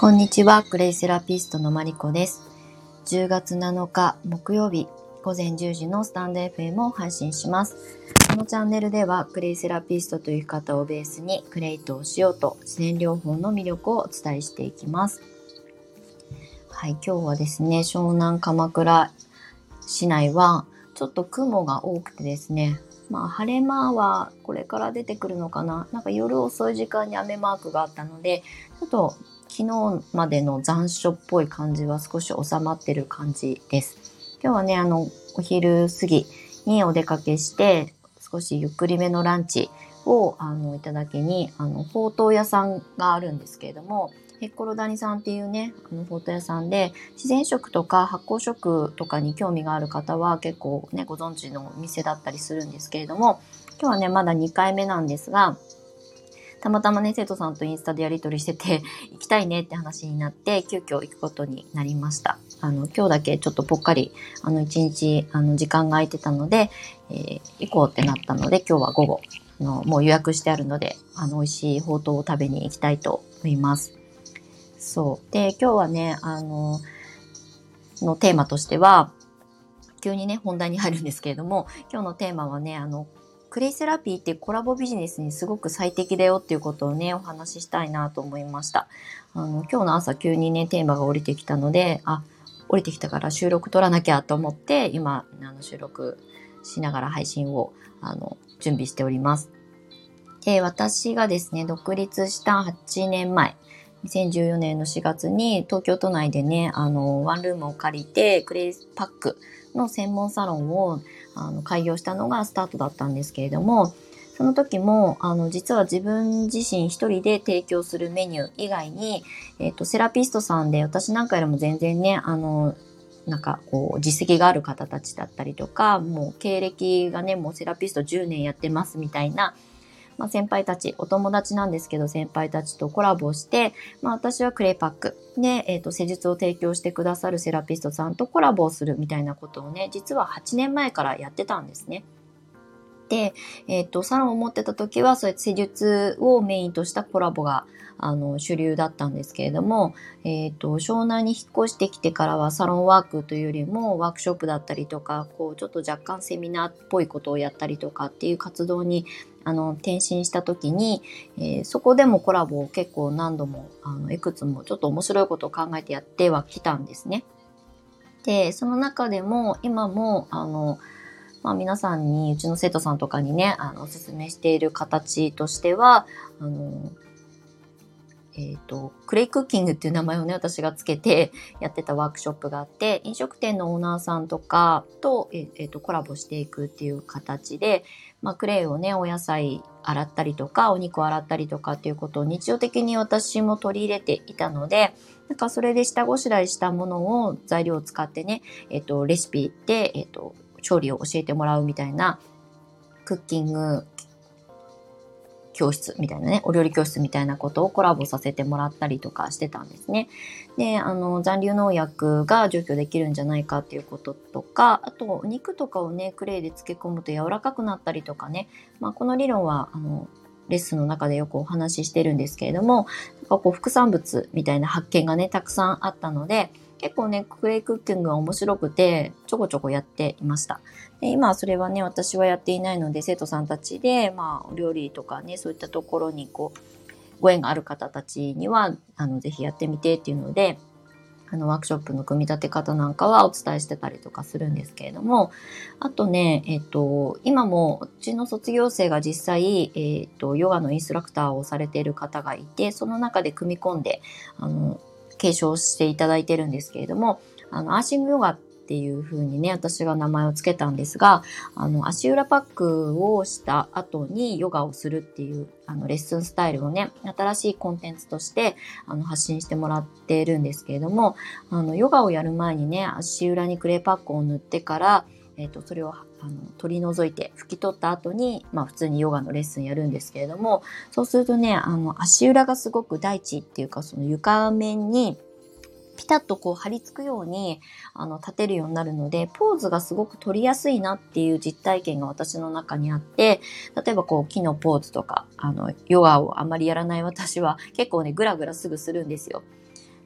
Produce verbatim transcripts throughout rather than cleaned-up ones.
こんにちは、クレイセラピストのマリコです。じゅうがつなのか木曜日午前じゅうじのスタンド エフエム を配信します。このチャンネルではクレイセラピストという生き方をベースにクレイトをしようと自然療法の魅力をお伝えしていきます。はい、今日はですね、湘南鎌倉市内はちょっと雲が多くてですね、まあ晴れ間はこれから出てくるのかな。なんか夜遅い時間に雨マークがあったので、ちょっと昨日までの残暑っぽい感じは少し収まってる感じです。今日はね、あのお昼過ぎにお出かけして少しゆっくりめのランチをあのいただきにあのほうとう屋さんがあるんですけれども、へっころ谷さんっていうね、あのほうとう屋さんで自然食とか発酵食とかに興味がある方は結構ねご存知のお店だったりするんですけれども、今日はねまだにかいめなんですが、たまたまね生徒さんとインスタでやり取りしてて行きたいねって話になって急遽行くことになりました。あの今日だけちょっとぽっかりあの一日あの時間が空いてたので、えー、行こうってなったので今日は午後あのもう予約してあるのであの美味しいほうとうを食べに行きたいと思います。そうで今日はねあののテーマとしては急にね本題に入るんですけれども、今日のテーマはねあのクレイセラピーってコラボビジネスにすごく最適だよっていうことをねお話ししたいなと思いました。あの今日の朝急にねテーマが降りてきたので、あ降りてきたから収録取らなきゃと思って今あの収録しながら配信をあの準備しております。で私がですね独立したはちねんまえにせんじゅうよねんのしがつに東京都内でねあのワンルームを借りてクレイパックの専門サロンをあの開業したのがスタートだったんですけれども、その時もあの実は自分自身一人で提供するメニュー以外に、えっと、セラピストさんで私なんかよりも全然ねあのなんかこう実績がある方たちだったりとか、もう経歴がねもうセラピストじゅうねんやってますみたいな、まあ、先輩たち、お友達なんですけど先輩たちとコラボして、まあ、私はクレイパックで、えーと、施術を提供してくださるセラピストさんとコラボをするみたいなことをね実ははちねんまえからやってたんですね。で、えーと、サロンを持ってた時はそうやって施術をメインとしたコラボがあの主流だったんですけれども、えーと、湘南に引っ越してきてからはサロンワークというよりもワークショップだったりとか、こうちょっと若干セミナーっぽいことをやったりとかっていう活動にあの転身した時に、えー、そこでもコラボを結構何度もあのいくつもちょっと面白いことを考えてやってはきたんですね。でその中でも今もあのまあ、皆さんにうちの生徒さんとかにねあのおすすめしている形としてはあの、えーと、クレイクッキングっていう名前をね私がつけてやってたワークショップがあって、飲食店のオーナーさんとかと,、えーとコラボしていくっていう形で、まあ、クレイをねお野菜洗ったりとかお肉を洗ったりとかっていうことを日常的に私も取り入れていたので、なんかそれで下ごしらえしたものを材料を使ってね、えーとレシピで、えーと調理を教えてもらうみたいなクッキング教室みたいなね、お料理教室みたいなことをコラボさせてもらったりとかしてたんですね。で、あの残留農薬が除去できるんじゃないかっていうこととか、あとお肉とかをねクレイで漬け込むと柔らかくなったりとかね、まあ、この理論はあのレッスンの中でよくお話ししてるんですけれども、なんかこう副産物みたいな発見がねたくさんあったので、結構ねクレイクッキングが面白くてちょこちょこやっていました。で今はそれはね私はやっていないので、生徒さんたちで、まあ、お料理とかねそういったところにこうご縁がある方たちにはあのぜひやってみてっていうので、あのワークショップの組み立て方なんかはお伝えしてたりとかするんですけれども、あとね、えっと、今もうちの卒業生が実際、えっと、ヨガのインストラクターをされている方がいて、その中で組み込んであの継承していただいてるんですけれども、あのアーシングヨガっていう風にね私が名前をつけたんですが、あの足裏パックをした後にヨガをするっていうあのレッスンスタイルをね新しいコンテンツとしてあの発信してもらってるんですけれども、あのヨガをやる前にね足裏にクレイパックを塗ってから、えーと、それをあの取り除いて拭き取った後に、まあ、普通にヨガのレッスンやるんですけれども、そうするとねあの足裏がすごく大地っていうかその床面にピタッとこう張り付くようにあの立てるようになるので、ポーズがすごく取りやすいなっていう実体験が私の中にあって、例えばこう木のポーズとかあのヨガをあまりやらない私は結構ねグラグラすぐするんですよ。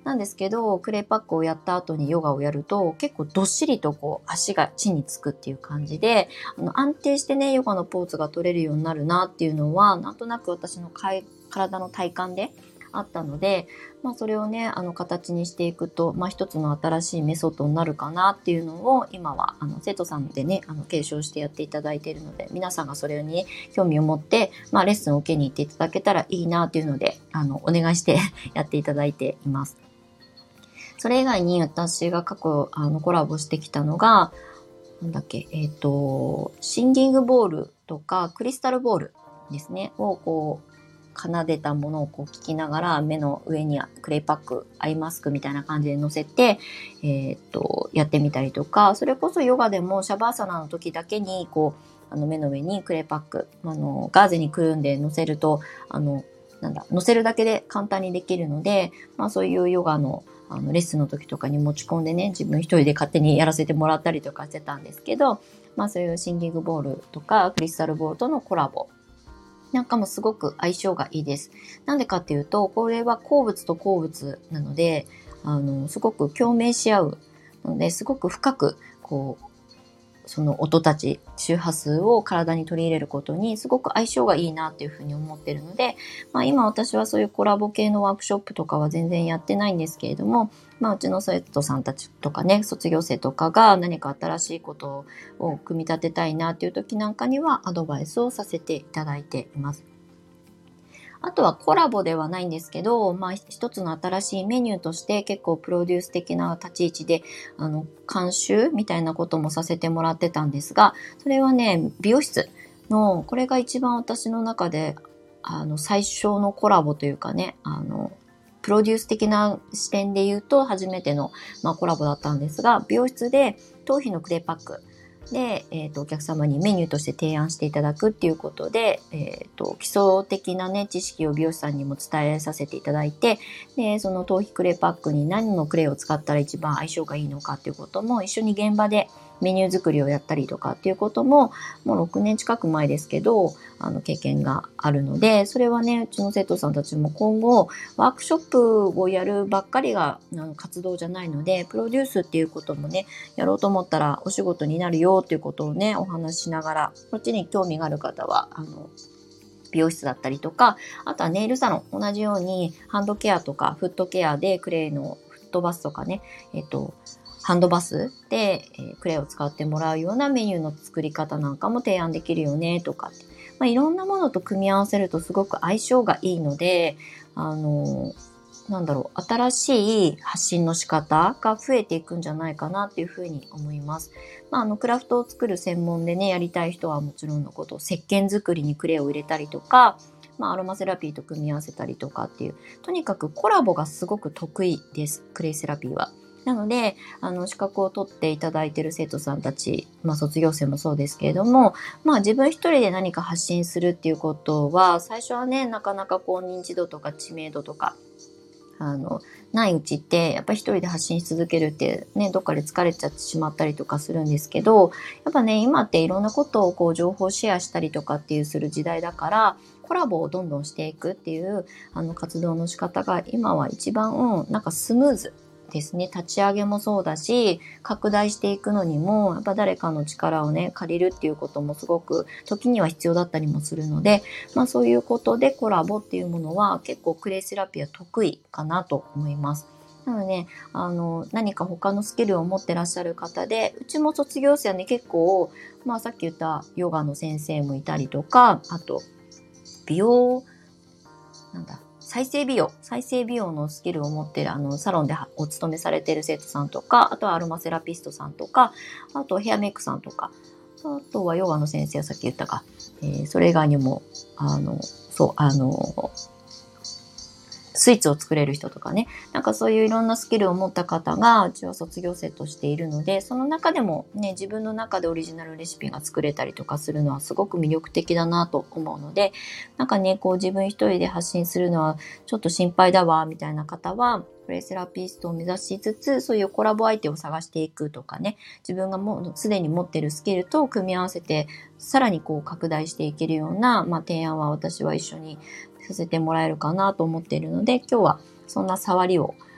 なんですけど、クレイパックをやった後にヨガをやると、結構どっしりとこう足が地につくっていう感じで、あの安定してね、ヨガのポーズが取れるようになるなっていうのは、なんとなく私のかい体の体感であったので、まあそれをね、あの形にしていくと、まあ一つの新しいメソッドになるかなっていうのを、今はあの生徒さんでね、あの継承してやっていただいているので、皆さんがそれに、ね、興味を持って、まあレッスンを受けに行っていただけたらいいなっていうので、あの、お願いしてやっていただいています。それ以外に私が過去あのコラボしてきたのが、なんだっけ、えっと、シンギングボールとかクリスタルボールですね、をこう、奏でたものをこう聞きながら、目の上にクレイパック、アイマスクみたいな感じで乗せて、えっと、やってみたりとか、それこそヨガでもシャバーサナの時だけに、こう、あの目の上にクレイパック、あの、ガーゼにくるんで乗せると、あの、なんだ、乗せるだけで簡単にできるので、まあそういうヨガのあのレッスンの時とかに持ち込んでね、自分一人で勝手にやらせてもらったりとかしてたんですけど、まあそういうシンギングボールとかクリスタルボールとのコラボなんかもすごく相性がいいです。なんでかっていうと、これは鉱物と鉱物なので、あの、すごく共鳴し合うので、すごく深く、こう、その音たち、周波数を体に取り入れることにすごく相性がいいなっていうふうに思ってるので、まあ今私はそういうコラボ系のワークショップとかは全然やってないんですけれども、まあうちの生徒さんたちとかね、卒業生とかが何か新しいことを組み立てたいなっていう時なんかにはアドバイスをさせていただいています。あとはコラボではないんですけど、まあ一つの新しいメニューとして結構プロデュース的な立ち位置で、あの、監修みたいなこともさせてもらってたんですが、それはね、美容室の、これが一番私の中で、あの、最初のコラボというかね、あの、プロデュース的な視点で言うと初めての、まあ、コラボだったんですが、美容室で頭皮のクレイパック、で、えっと、お客様にメニューとして提案していただくっていうことで、えっと、基礎的なね、知識を美容師さんにも伝えさせていただいて、で、その頭皮クレイパックに何のクレイを使ったら一番相性がいいのかっていうことも一緒に現場でメニュー作りをやったりとかっていうことも、もうろくねん近く前ですけど、あの、経験があるので、それはね、うちの生徒さんたちも今後、ワークショップをやるばっかりがあの活動じゃないので、プロデュースっていうこともね、やろうと思ったらお仕事になるよっていうことをね、お話ししながら、こっちに興味がある方は、あの、美容室だったりとか、あとはネイルサロン、同じようにハンドケアとかフットケアでクレイのフットバスとかね、えっと、ハンドバスで、えー、クレイを使ってもらうようなメニューの作り方なんかも提案できるよねとか、まあ、いろんなものと組み合わせるとすごく相性がいいので、あのなんだろう、新しい発信の仕方が増えていくんじゃないかなっていうふうに思います。まあ、あの、クラフトを作る専門でね、やりたい人はもちろんのこと、石鹸作りにクレイを入れたりとか、まあ、アロマセラピーと組み合わせたりとかっていう、とにかくコラボがすごく得意です、クレイセラピーは。なので、あの、資格を取っていただいている生徒さんたち、まあ、卒業生もそうですけれども、まあ、自分一人で何か発信するっていうことは、最初はね、なかなかこう、認知度とか知名度とか、あの、ないうちって、やっぱり一人で発信し続けるってね、どっかで疲れちゃってしまったりとかするんですけど、やっぱね、今っていろんなことをこう情報シェアしたりとかっていうする時代だから、コラボをどんどんしていくっていうあの活動の仕方が今は一番、うん、なんかスムーズですね。立ち上げもそうだし、拡大していくのにも、やっぱ誰かの力をね、借りるっていうこともすごく時には必要だったりもするので、まあそういうことでコラボっていうものは結構クレイセラピーは得意かなと思います。なのでね、あの、何か他のスキルを持ってらっしゃる方で、うちも卒業生はね、結構、まあさっき言ったヨガの先生もいたりとか、あと、美容、なんだ、再生美容、再生美容のスキルを持っているあのサロンでお勤めされている生徒さんとか、あとはアロマセラピストさんとか、あとヘアメイクさんとか、あとはヨガの先生はさっき言ったか、えー、それ以外にも、あの、そう、あの、スイーツを作れる人とかね、なんかそういういろんなスキルを持った方がうちは卒業生としているので、その中でもね、自分の中でオリジナルレシピが作れたりとかするのはすごく魅力的だなと思うので、なんかね、こう自分一人で発信するのはちょっと心配だわみたいな方は、クレイセラピストを目指しつつ、そういうコラボ相手を探していくとかね、自分がもうすでに持ってるスキルと組み合わせて、さらにこう拡大していけるような、まあ、提案は私は一緒にさせてもらえるかなと思っているので、今日はそんな触りを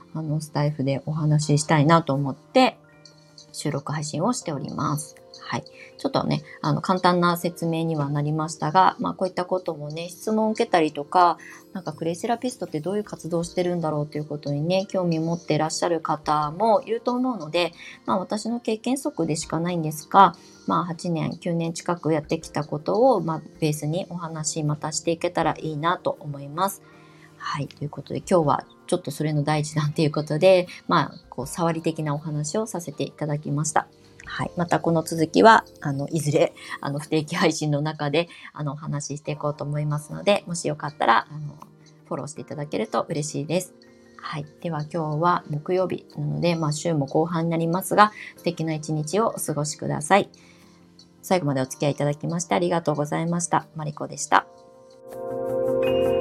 あの、スタイフでお話ししたいなと思って収録配信をしております。はい。ちょっとね、あの、簡単な説明にはなりましたが、まあ、こういったこともね、質問を受けたりとか、なんかクレイセラピストってどういう活動をしてるんだろうということにね、興味を持っていらっしゃる方もいると思うので、まあ、私の経験則でしかないんですが、まあ、はちねん、きゅうねん近くやってきたことを、まあ、ベースにお話またしていけたらいいなと思います。はい。ということで、今日はちょっとそれの第一弾ということで、まあ、こう、触り的なお話をさせていただきました。はい。またこの続きは、あの、いずれ、あの、不定期配信の中で、あの、お話ししていこうと思いますので、もしよかったら、あの、フォローしていただけると嬉しいです。はい。では今日は木曜日なので、まあ、週も後半になりますが、素敵な一日をお過ごしください。最後までお付き合いいただきましてありがとうございました。マリコでした。